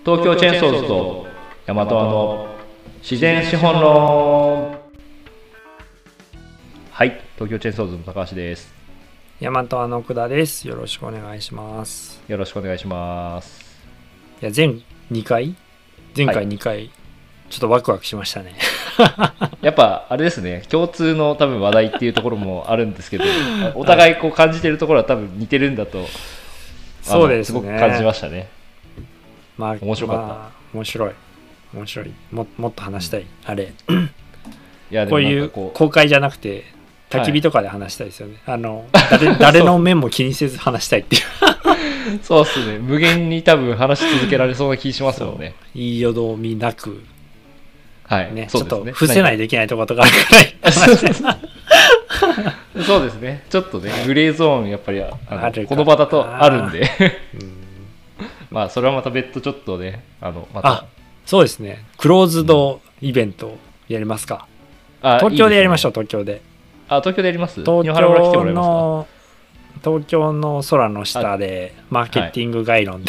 東京チェーンソーズと大和の自然資本論。はい、東京チェーンソーズの高橋です。 大和の奥田です。よろしくお願いします。 よろしくお願いします。 いや前回2回、はい、ちょっとワクワクしましたね。 やっぱあれですね、共通の多分話題っていうところもあるんですけど、お互いこう感じてるところは多分似てるんだと、 そうですね、 すごく感じましたね。面白かった、 面白い もっと話したい、あれいやでもこういう公開じゃなくて焚き火とかで話したいですよね、誰の面も気にせず話したいっていうそうですね、無限に多分話し続けられそうな気しますもんね。 言いよどみなく、 はいね、 そうですね、 ちょっと伏せないといけないところとかあるからそうですね、ちょっとねグレーゾーンやっぱりこの場だとあるんでまあそれはまた別途ちょっとねまたそうですね、クローズドイベントやりますか。東京でやりましょう。東京で東京でやります。 東京の空の下でマーケティング概論で、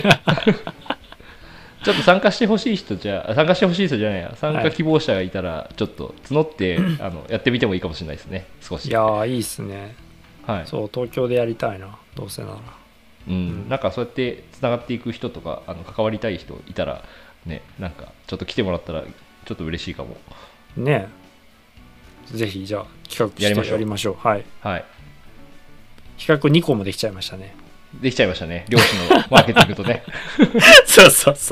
ちょっと参加してほしい人じゃないや、参加希望者がいたらちょっと募ってやってみてもいいかもしれないですね、少し。 いやいいですね、 はい、 そう東京でやりたいな、どうせなら。 なんかそうやってつながっていく人とか関わりたい人いたらね、なんかちょっと来てもらったらちょっと嬉しいかもね。ぜひじゃあ企画してやりましょう。はい、 はい、 企画2個もできちゃいましたね。 できちゃいましたね、漁師のマーケティングとねそう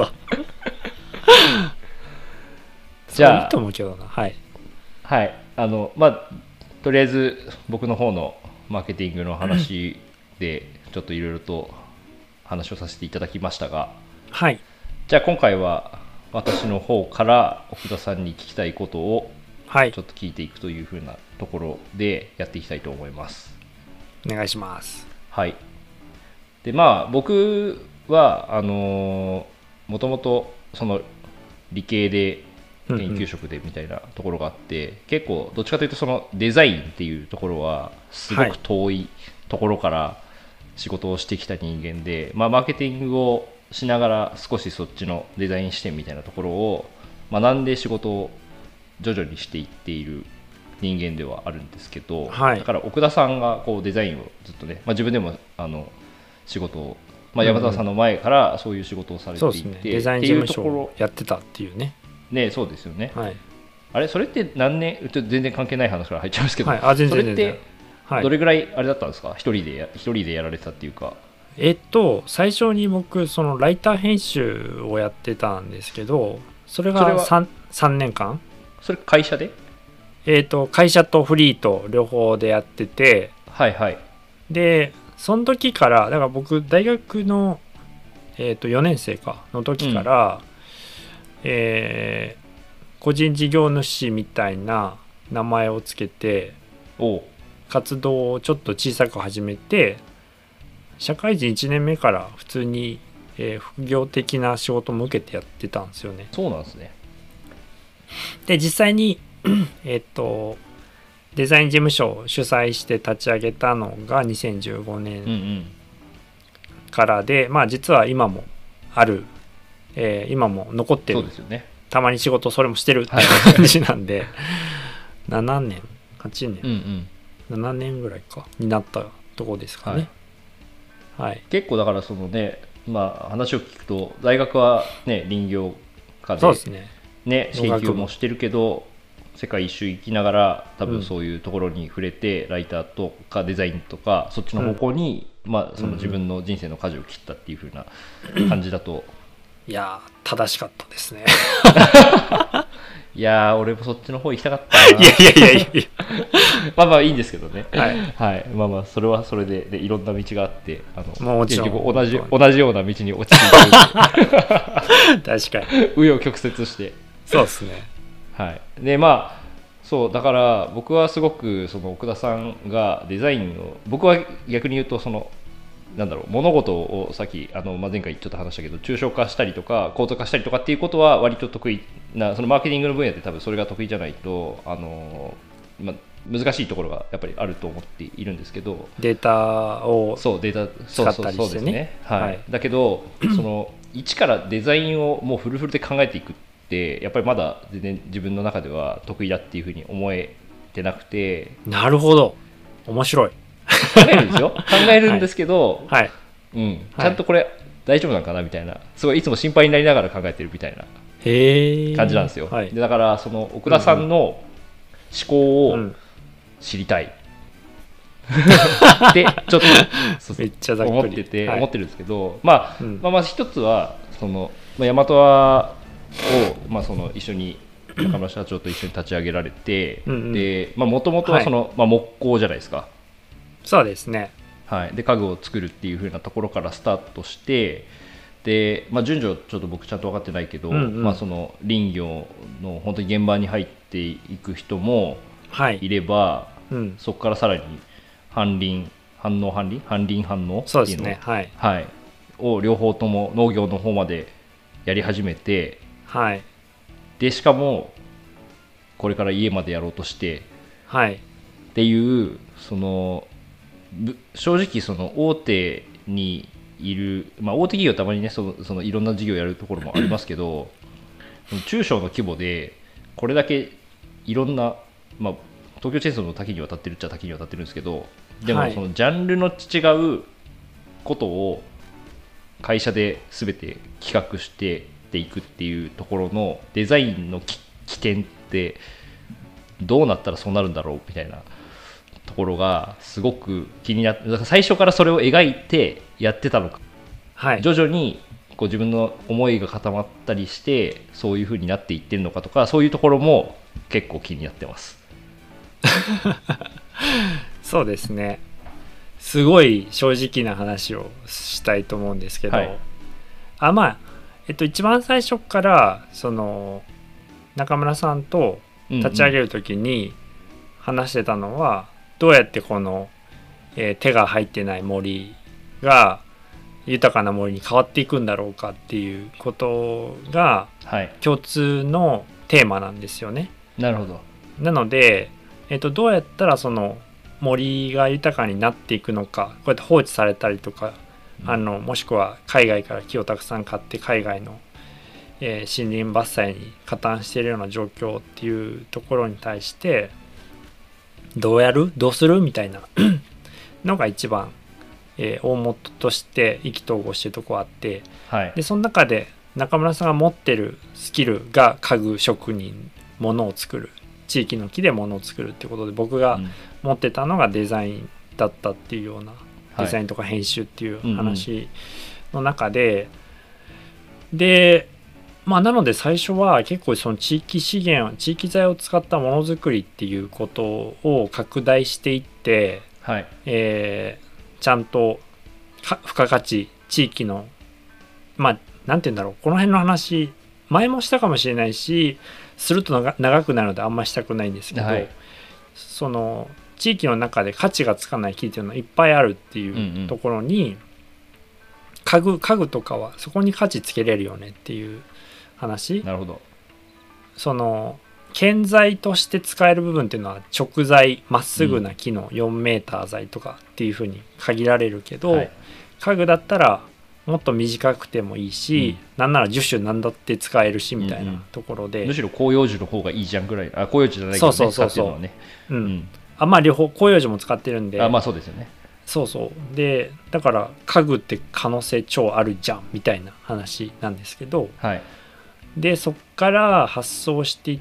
じゃあいいと思うけどな。はいはい、まあとりあえず僕の方のマーケティングの話でちょっといろいろと話をさせていただきましたが、 はい、 じゃあ今回は私の方から奥田さんに聞きたいことをちょっと聞いていくというふうなところでやっていきたいと思います。 お願いします。 はい。でまあ僕はもともとその理系で研究職でみたいなところがあって、結構どっちかというとそのデザインっていうところはすごく遠いところから仕事をしてきた人間で、マーケティングをしながら少しそっちのデザイン視点みたいなところを学んで仕事を徐々にしていっている人間ではあるんですけど、だから奥田さんがこうデザインをずっとね、自分でも仕事を、山田さんの前からそういう仕事をされていて、 そうですね、デザイン事務所をやってたっていうね。 そうですよね、 はい、 あれそれって何年、ちょっと全然関係ない話から入っちゃいますけど、 全然それってどれぐらいあれだったんですか、一人でやられてたっていうか。 最初に僕そのライター編集をやってたんですけど、それが 3年間。 それ会社で会社とフリーと両方でやってて、 はいはい。 でその時からだから僕大学の、4年生かの時から、個人事業主みたいな名前をつけて活動をちょっと小さく始めて、社会人1年目から普通に、副業的な仕事も受けてやってたんですよね。 そうなんですね。 で実際にデザイン事務所を主催して立ち上げたのが2015年からで、実は今もある、今も残ってる。 そうですよね、 たまに仕事それもしてるっていう感じなんで、7年8年、7年ぐらいかになったところですかね。はい、 結構だからそのね、話を聞くと大学はね林業科で、 そうですね、 研究もしてるけど世界一周行きながら多分そういうところに触れて、ライターとかデザインとかそっちの方向に、その自分の人生の舵を切ったっていう風な感じだと、 いや正しかったですねいや俺もそっちの方行きたかったな。いやいいんですけどね、はい、それはそれで、いろんな道があって結局同じような道に落ち着いてる確かに紆余曲折して。 そうですね、 はい、でそうだから僕はすごくその奥田さんがデザインを、僕は逆に言うとその物事をさっき前回ちょっと話したけど抽象化したりとか構造化したりとかっていうことは割と得意な、そのマーケティングの分野で多分それが得意じゃないと難しいところがやっぱりあると思っているんですけど、 データを使ったりしてね。 だけどその一からデザインをもうフルフルで考えていくってやっぱりまだ全然自分の中では得意だっていうふうに思えてなくて。 なるほど、面白い。 考えるんですよ考えるんですけど、 はい、 うん、ちゃんとこれ大丈夫なのかなみたいな、すごいいつも心配になりながら考えてるみたいな感じなんですよ。 はい、 でだからその奥田さんの思考を知りたい、ってちょっとめっちゃざっくり思ってて、 はい、 思ってるんですけど、まず一つはその、大和を、その一緒に中村社長と一緒に立ち上げられて、でもともとはその、木工じゃないですか。 そうですね、 はい、で家具を作るっていう風なところからスタートして、で、順序ちょっと僕ちゃんと分かってないけど、その林業の本当に現場に入っていく人もいれば、そこからさらに反林反応そうですね、はいはい、を両方とも農業の方までやり始めて、 はい、 でしかもこれから家までやろうとして、 はい、 っていうその正直その大手にいる、大手企業たまにねそのいろんな事業やるところもありますけど中小の規模でこれだけいろんな、東京チェーンソーの多岐にわたってるっちゃ多岐にわたってるんですけど、でもそのジャンルの違うことを会社で全て企画していくっていうところのデザインの起点ってどうなったらそうなるんだろうみたいなところがすごく気になって、だから最初からそれを描いてやってたのか、徐々にこう自分の思いが固まったりしてそういう風になっていってるのかとか、そういうところも結構気になってますそうですね、すごい正直な話をしたいと思うんですけど、一番最初からその中村さんと立ち上げる時に話してたのは、どうやってこの、手が入ってない森が豊かな森に変わっていくんだろうかっていうことが共通のテーマなんですよね。 なるほど。 なので、どうやったらその森が豊かになっていくのか、こうやって放置されたりとか、もしくは海外から木をたくさん買って海外の、森林伐採に加担しているような状況っていうところに対してどうするみたいなのが一番、大元として意気投合してるとこあって、でその中で中村さんが持ってるスキルが家具職人、物を作る、地域の木で物を作るっていうことで、僕が持ってたのがデザインだったっていうような、デザインとか編集っていう話の中で、なので最初は結構その地域資源、地域材を使ったものづくりっていうことを拡大していって、ちゃんと付加価値、地域のなんて言うんだろう、この辺の話前もしたかもしれないし、すると長くなるのであんましたくないんですけど、その地域の中で価値がつかない木っていうのはいっぱいあるっていうところに、家具とかはそこに価値つけれるよねっていう話。 なるほど。 その建材として使える部分っていうのは直材、まっすぐな木の4メーター材とかっていうふうに限られるけど、家具だったらもっと短くてもいいし、なんなら樹種なんだって使えるしみたいなところで、 むしろ広葉樹の方がいいじゃんぐらい、広葉樹じゃないけどね、使ってるのはね、 両方広葉樹も使ってるんで、 そうですよね。 そうで、だから家具って可能性超あるじゃんみたいな話なんですけど、でそっから発想していって、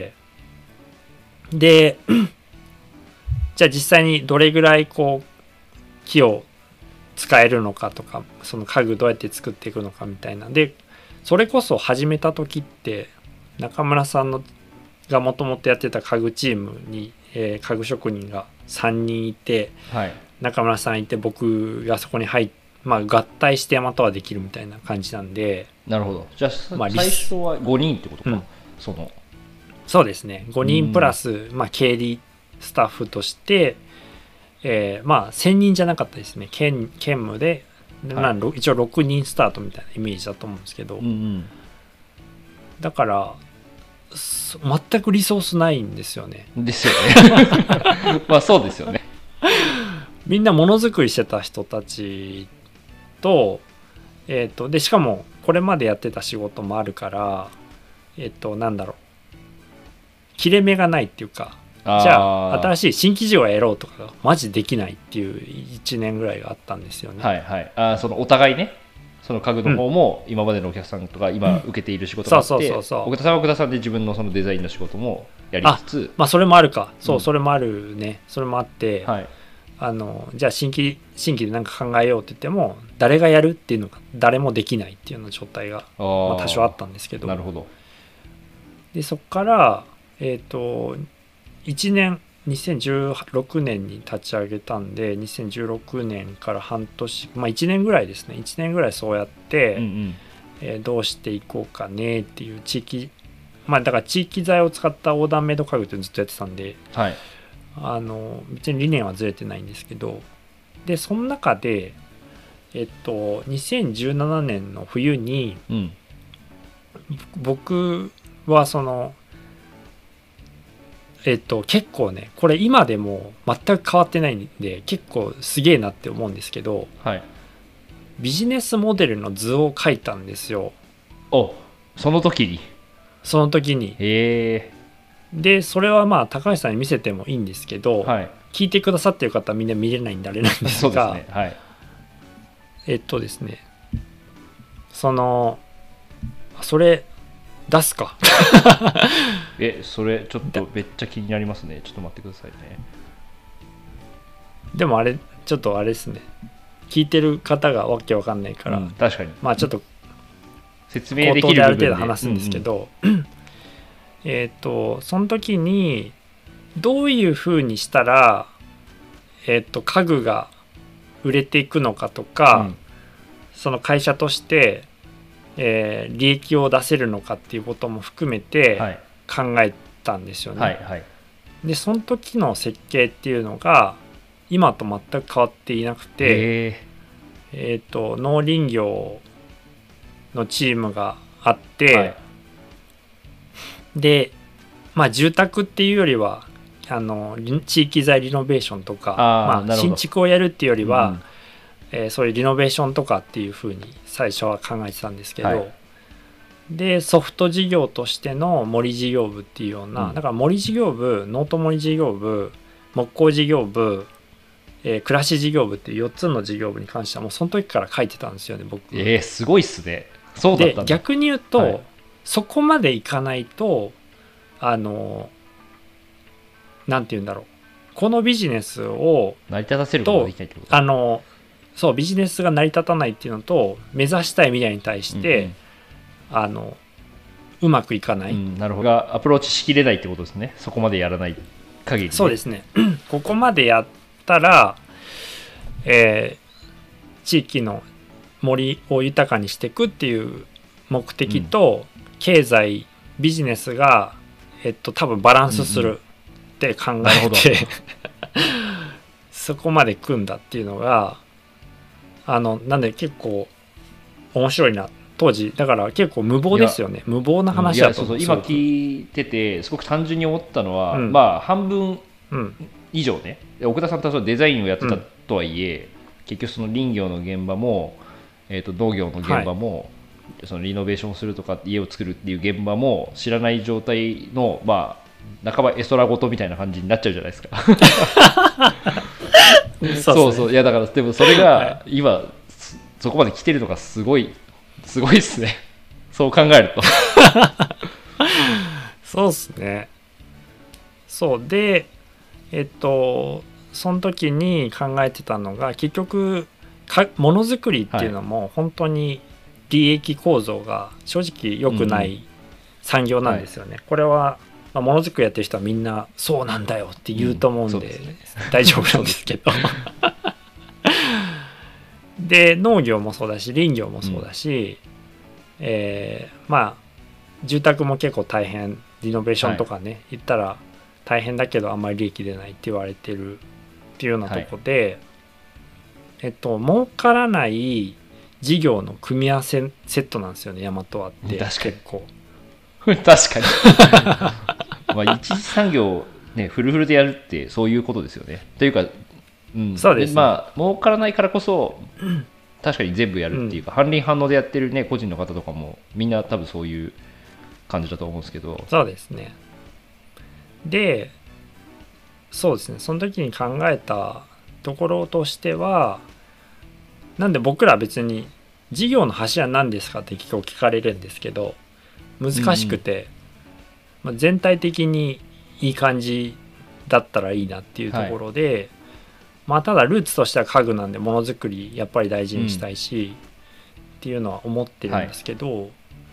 でじゃあ実際にどれぐらいこう木を使えるのかとか、その家具どうやって作っていくのかみたいな。でそれこそ始めた時って中村さんがもともとやってた家具チームに、家具職人が3人いて、中村さんいて、僕がそこに入って、合体して大和はできるみたいな感じなんで。 なるほど。じゃあ、最初は5人ってことか、 そうですね、5人プラス、経理スタッフとして、1000人じゃなかったですね、兼務で、一応6人スタートみたいなイメージだと思うんですけど、だから全くリソースないんですよね。 ですよねそうですよね。 みんなものづくりしてた人たちと、でしかもこれまでやってた仕事もあるからなんだろう、切れ目がないっていうか、じゃあ新しい新規事業をやろうとかマジできないっていう1年ぐらいがあったんですよね。 はいはい。そのお互いね、その家具の方も今までのお客さんとか今受けている仕事があって、奥田さんは奥田さんで自分のそのデザインの仕事もやりつつ、 まあそれもあるか、そう、それもあるね、それもあって、 はい、 じゃあ新規で何か考えようって言っても誰がやるっていうのが誰もできないっていうような状態がまあ多少あったんですけど、 なるほど。 でそこから1年2016年に立ち上げたんで、2016年から半年、まあ1年ぐらいですね、1年ぐらいそうやって、どうしていこうかねっていう地域、まあだから地域材を使った横断メイド家具ってずっとやってたんで、 はい、 別に理念はずれてないんですけど、でその中で2017年の冬に、僕はその結構ね、これ今でも全く変わってないんで結構すげえなって思うんですけど、 はい、 ビジネスモデルの図を描いたんですよ。 その時に。 でそれはまあ高橋さんに見せてもいいんですけど、 はい、 聞いてくださってる方はみんな見れないんであれなんですが、 そうですね、はい、 ですね、それ出すかそれちょっとめっちゃ気になりますね。ちょっと待ってくださいね。 でもあれちょっとあれですね、聞いてる方がわけわかんないから、 確かにまあちょっと説明できる部分である程度話すんですけど、その時にどういうふうにしたら家具が売れていくのかとか、その会社として利益を出せるのかっていうことも含めて考えたんですよね。でその時の設計っていうのが今と全く変わっていなくて、農林業のチームがあって、でまあ住宅っていうよりは地域材リノベーションとか、新築をやるっていうよりは、そういうリノベーションとかっていう風に最初は考えてたんですけど、でソフト事業としての森事業部っていうような、だから森事業部、ノート森事業部、木工事業部、暮らし事業部っていう4つの事業部に関してはもうその時から書いてたんですよね、僕。 すごいっすね。そうだったんだ。 で逆に言うと、そこまでいかないとなんて言うんだろう、このビジネスを成り立たせることができないってことそう、ビジネスが成り立たないっていうのと目指したい未来に対して、うまくいかない、 なるほど。アプローチしきれないってことですね、そこまでやらない限り、ね、 そうですねここまでやったら、地域の森を豊かにしていくっていう目的と、経済ビジネスが、多分バランスするって考えて、そこまで組んだっていうのがなんで結構面白いな、当時だから結構無謀ですよね、無謀な話だと思う。 今聞いててすごく単純に思ったのは、まあ半分以上ね、奥田さんとはデザインをやってたとはいえ、結局その林業の現場も、農業の現場も、そのリノベーションするとか家を作るっていう現場も知らない状態の、まあ半ば絵空事みたいな感じになっちゃうじゃないですかそういやだからでもそれが今、そこまで来てるのがすごいっすね、そう考えるとそうっすね。そうでその時に考えてたのが、結局ものづくりっていうのも本当に利益構造が正直良くない産業なんですよね、これはものづくりやってる人はみんなそうなんだよって言うと思うんで、大丈夫なんですけどで農業もそうだし林業もそうだし、まあ住宅も結構大変、リノベーションとかね、言ったら大変だけどあんまり利益出ないって言われてるっていうようなとこで、儲からない事業の組み合わせセットなんですよね、大和はって。結構確かにまあ一次産業ね、フルフルでやるってそういうことですよね。というか、 そうですね、 まあ儲からないからこそ、 確かに全部やるっていうか、半輪半のでやってるね個人の方とかもみんな多分そういう感じだと思うんですけど。 そうですね。でそうですね、その時に考えたところとしては、なんで僕ら別に事業の柱何ですかって結構聞かれるんですけど、難しくて、全体的にいい感じだったらいいなっていうところで、ただルーツとしては家具なんでものづくりやっぱり大事にしたいし、っていうのは思ってるんですけど、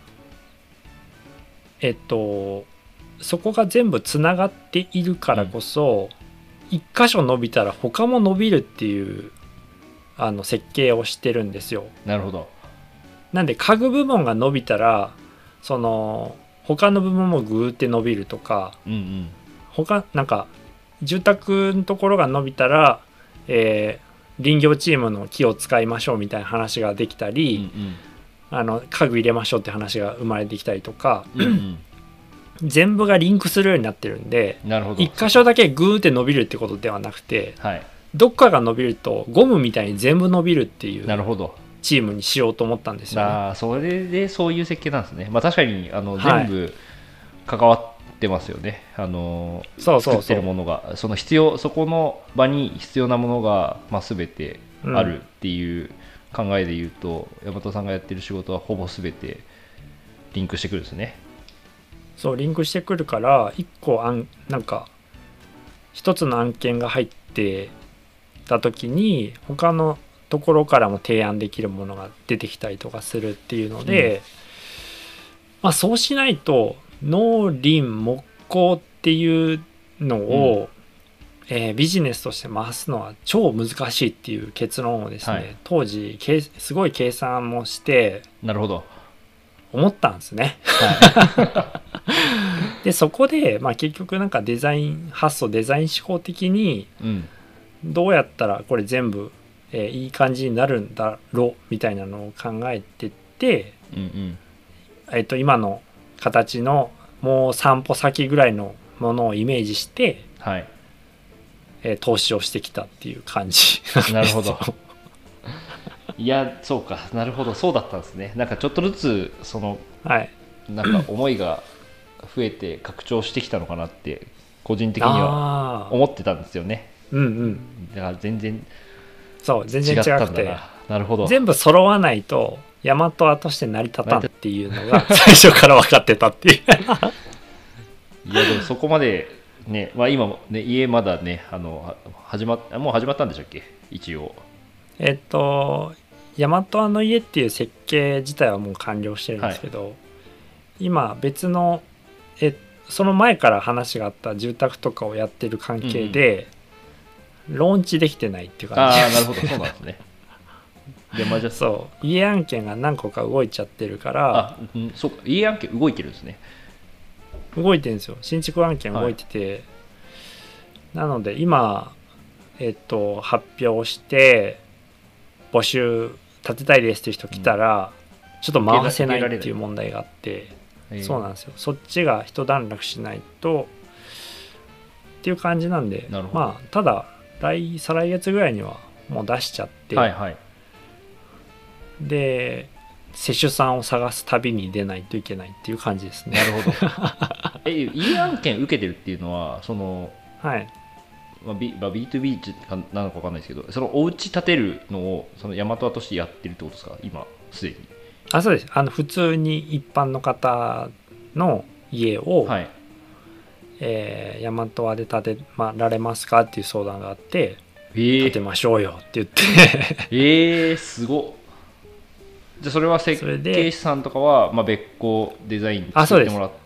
そこが全部つながっているからこそ、一箇所伸びたら他も伸びるっていう設計をしてるんですよ。 なるほど。 なんで家具部門が伸びたらその他の部分もグーって伸びるとか、他なんか住宅のところが伸びたら、林業チームの木を使いましょうみたいな話ができたり、家具入れましょうって話が生まれてきたりとか、全部がリンクするようになってるんで、一箇所だけグーって伸びるってことではなくて、どっかが伸びるとゴムみたいに全部伸びるっていうチームにしようと思ったんですよね。 それでそういう設計なんですね。確かに全部関わってますよね。作ってるものがそこの場に必要なものが、全てあるっていう考えで言うと、大和さんがやってる仕事はほぼ全てリンクしてくるんですね。 そうリンクしてくるから、なんか一つの案件が入ってた時に他のところからも提案できるものが出てきたりとかするっていうので、そうしないと農林木工っていうのを、ビジネスとして回すのは超難しいっていう結論をですね、当時すごい計算もして思ったんですね。でそこで、結局なんかデザイン発想デザイン思考的に、どうやったらこれ全部、いい感じになるんだろうみたいなのを考えてって、今の形のもう3歩先ぐらいのものをイメージして、投資をしてきたっていう感じなるほど。いやそうか、なるほど、そうだったんですね。なんかちょっとずつその、なんか思いが増えて拡張してきたのかなって個人的には思ってたんですよね。だから全然違くて、なるほど、 全部揃わないと大和屋として成り立たんっていうのが最初から分かってたっていういやでもそこまでね、今もね家まだねもう始まったんでしたっけ一応。 大和屋の家っていう設計自体はもう完了してるんですけど、今別のその前から話があった住宅とかをやってる関係で、ローンチできてないっていう感じです。 なるほど、そうなんですね。でそう家案件が何個か動いちゃってるから、 そうか、家案件動いてるんですね。 動いてるんですよ、新築案件動いてて、なので今発表して募集立てたいですっていう人来たら、ちょっと回せないっていう問題があって、そうなんですよ、そっちが一段落しないとっていう感じなんで、ただ再来月ぐらいにはもう出しちゃって、で施主さんを探す旅に出ないといけないっていう感じですね。 なるほど。いい案件受けてるっていうのはその、B2B なのか分かんないですけど、そのお家建てるのをその大和屋としてやってるってことですか今すでに。 そうです。普通に一般の方の家を、大和屋で建てられますかっていう相談があって、建てましょうよって言ってすごっ。じゃあそれは設計士さんとかは別個デザイン作ってもらって、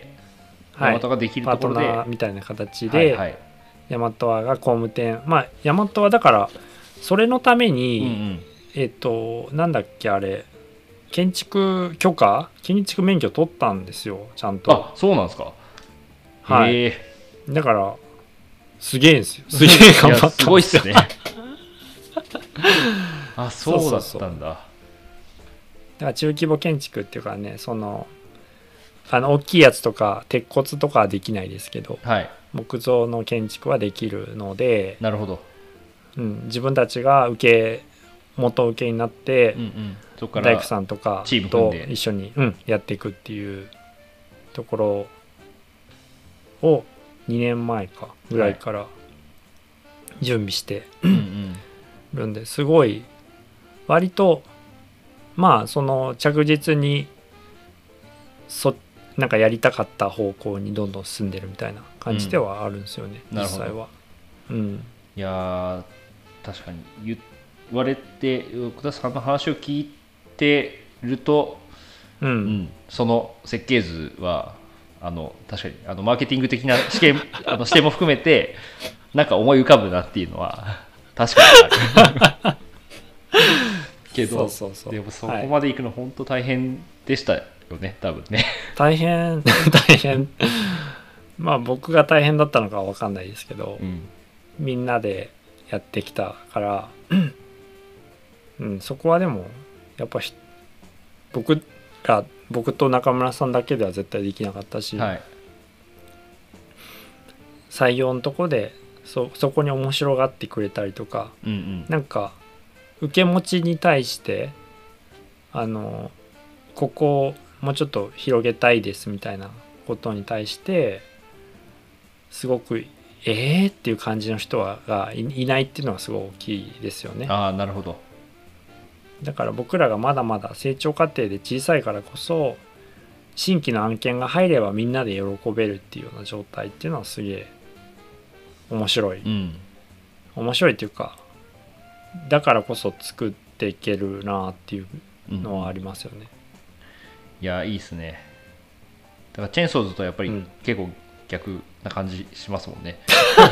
大和ができるところでパートナーみたいな形で、大和屋が工務店、大和屋だからそれのために、なんだっけあれ建築免許取ったんですよ、ちゃんと。 そうなんですか。 だからすげえんですよ。すげえ頑張ったんですよ。 すごいっすね。そうだったんだ。 だから中規模建築っていうかね、大きいやつとか鉄骨とかはできないですけど、木造の建築はできるので、 なるほど、 自分たちが請け元請けになって、 うんうん、そこから大工さんとかと一緒に、やっていくっていうところを2年前かぐらいから準備してるんで、すごい割とまあその着実になんかやりたかった方向にどんどん進んでるみたいな感じではあるんですよね、実際は。 いや確かに言われて奥田さんの話を聞いてると、その設計図は確かにマーケティング的な視点も含めてなんか思い浮かぶなっていうのは確かにあるけど、でもそこまで行くの本当大変でしたよね、多分ね。 大変まあ僕が大変だったのかは分かんないですけど、みんなでやってきたからそこはでもやっぱ僕と中村さんだけでは絶対できなかったし、採用のとこでそこに面白がってくれたりとか、なんか受け持ちに対してここをもうちょっと広げたいですみたいなことに対してすごくっていう感じの人がいないっていうのはすごい大きいですよね。 なるほど。 だから僕らがまだまだ成長過程で小さいからこそ新規の案件が入ればみんなで喜べるっていうような状態っていうのはすげえ面白い、面白いっていうかだからこそ作っていけるなっていうのはありますよね。 いやいいですね。だからチェーンソーズとやっぱり結構逆な感じしますもんね。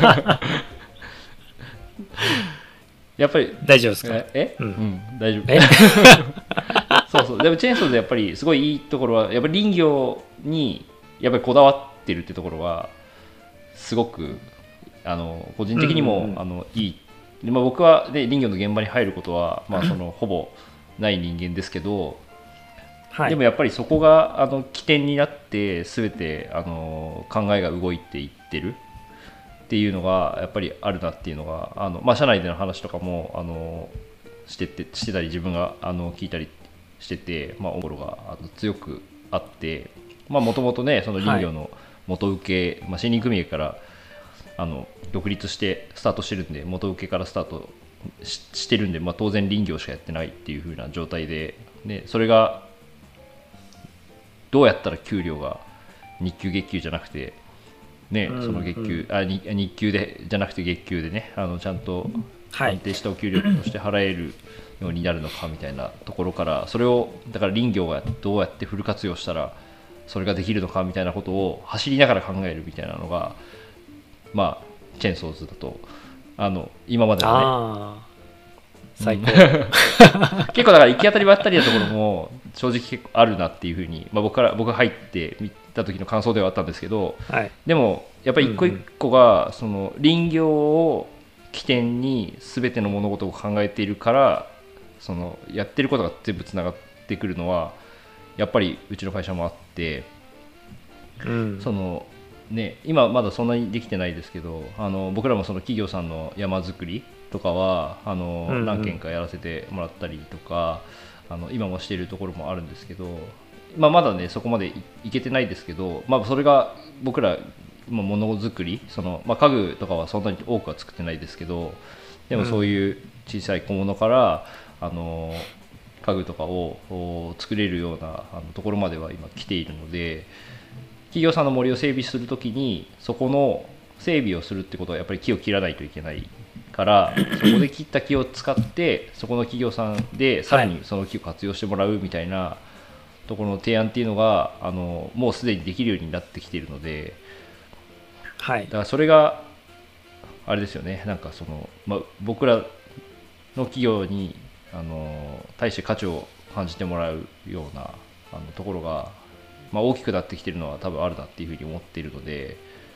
やっぱり大丈夫ですか？ 大丈夫。そうでもチェーンソーズでやっぱりすごいいいところはやっぱり林業にやっぱりこだわってるってところはすごく個人的にも、いい。僕は、ね、林業の現場に入ることは、ほぼない人間ですけど、でもやっぱりそこが起点になって全て考えが動いていってるっていうのがやっぱりあるなっていうのが社内での話とかもしてたり自分が聞いたりしてて、おもろが強くあってもともとねその林業の元請け、森林組合から独立してスタートしてるんで元請けからスタート してるんで、当然林業しかやってないっていう風な状態で、それがどうやったら給料が日給月給じゃなくて、その月給日給でじゃなくて月給でねちゃんと安定したお給料として払えるようになるのかみたいなところからそれをだから林業がどうやってフル活用したらそれができるのかみたいなことを走りながら考えるみたいなのがチェーンソーズだと今までのね最高結構だから行き当たりばったりなところも正直結構あるなっていうふうに、僕が入ってみた時の感想ではあったんですけど、でもやっぱり一個一個がその林業を起点に全ての物事を考えているからそのやってることが全部つながってくるのはやっぱりうちの会社もあって、その今まだそんなにできてないですけど僕らもその企業さんの山作りとかは何件かやらせてもらったりとか今もしているところもあるんですけど、まだねそこまでいけてないですけど、それが僕ら今ものづくり家具とかはそんなに多くは作ってないですけどでもそういう小さい小物から家具とかを作れるようなところまでは今来ているので企業さんの森を整備するときにそこの整備をするってことはやっぱり木を切らないといけないからそこで切った木を使ってそこの企業さんでさらにその木を活用してもらうみたいなところの提案っていうのがもうすでにできるようになってきているので、だからそれがあれですよねなんかその、僕らの企業に対して価値を感じてもらうようなところが大きくなってきてるのは多分あるなっていうふうに思っているので、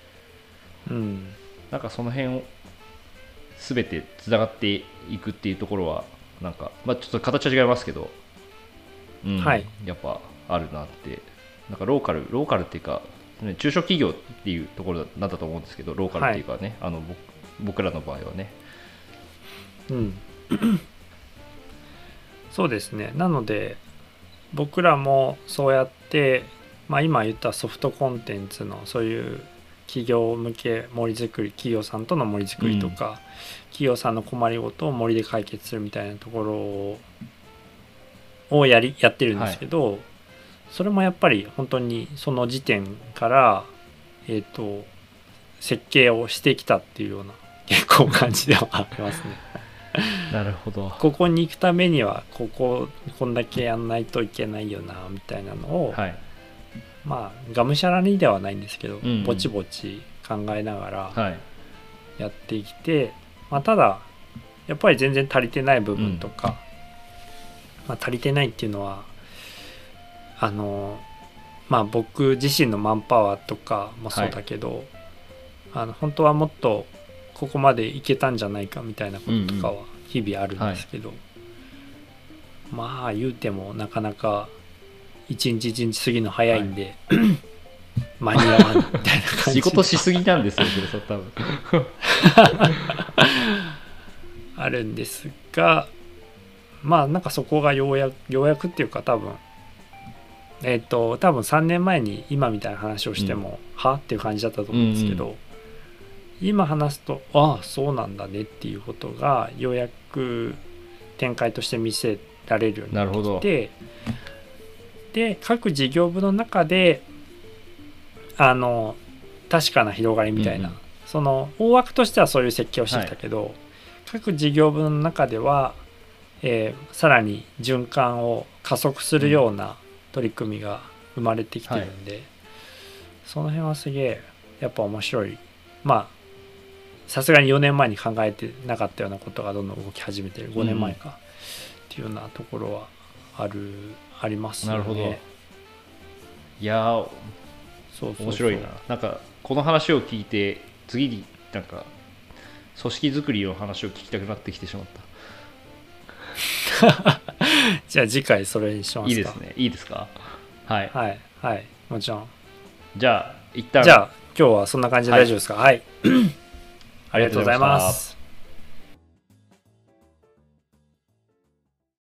なんかその辺を全てつながっていくっていうところはなんか、ちょっと形は違いますけど、やっぱあるなってなんかローカルっていうか、中小企業っていうところなんだと思うんですけどローカルっていうかね、僕らの場合はね、 そうですね。なので僕らもそうやって、今言ったソフトコンテンツのそういう企業向け森づくり、企業さんとの森づくりとか、企業さんの困りごとを森で解決するみたいなところをやってるんですけど、それもやっぱり本当にその時点から設計をしてきたっていうような結構感じではありますね。 なるほど。 ここに行くためにはこんだけやんないといけないよなみたいなのを、がむしゃらにではないんですけど、ぼちぼち考えながらやってきて、ただやっぱり全然足りてない部分とか、足りてないっていうのは僕自身のマンパワーとかもそうだけど、本当はもっとここまでいけたんじゃないかみたいなこととかは日々あるんですけど、言うてもなかなか一日一日過ぎの早いんで、間に合わんみたいな感じ仕事しすぎなんですよそれ多分あるんですが、なんかそこがようやくっていうか多分3年前に今みたいな話をしても、はっていう感じだったと思うんですけど、今話すとそうなんだねっていうことがようやく展開として見せられるようになってきて、で各事業部の中で確かな広がりみたいな、その大枠としてはそういう設計をしてきたけど、各事業部の中では、さらに循環を加速するような取り組みが生まれてきてるんで、その辺はすげえやっぱ面白い。さすがに4年前に考えてなかったようなことがどんどん動き始めてる、5年前か、っていうようなところはありますよね。 なるほど。いや面白いな。なんかこの話を聞いて次になんか組織づくりの話を聞きたくなってきてしまった。 じゃあ次回それにしますか。 いいですね。いいですか。はいもちろん。 じゃあ一旦今日はそんな感じで大丈夫ですか。はい、ありがとうございます。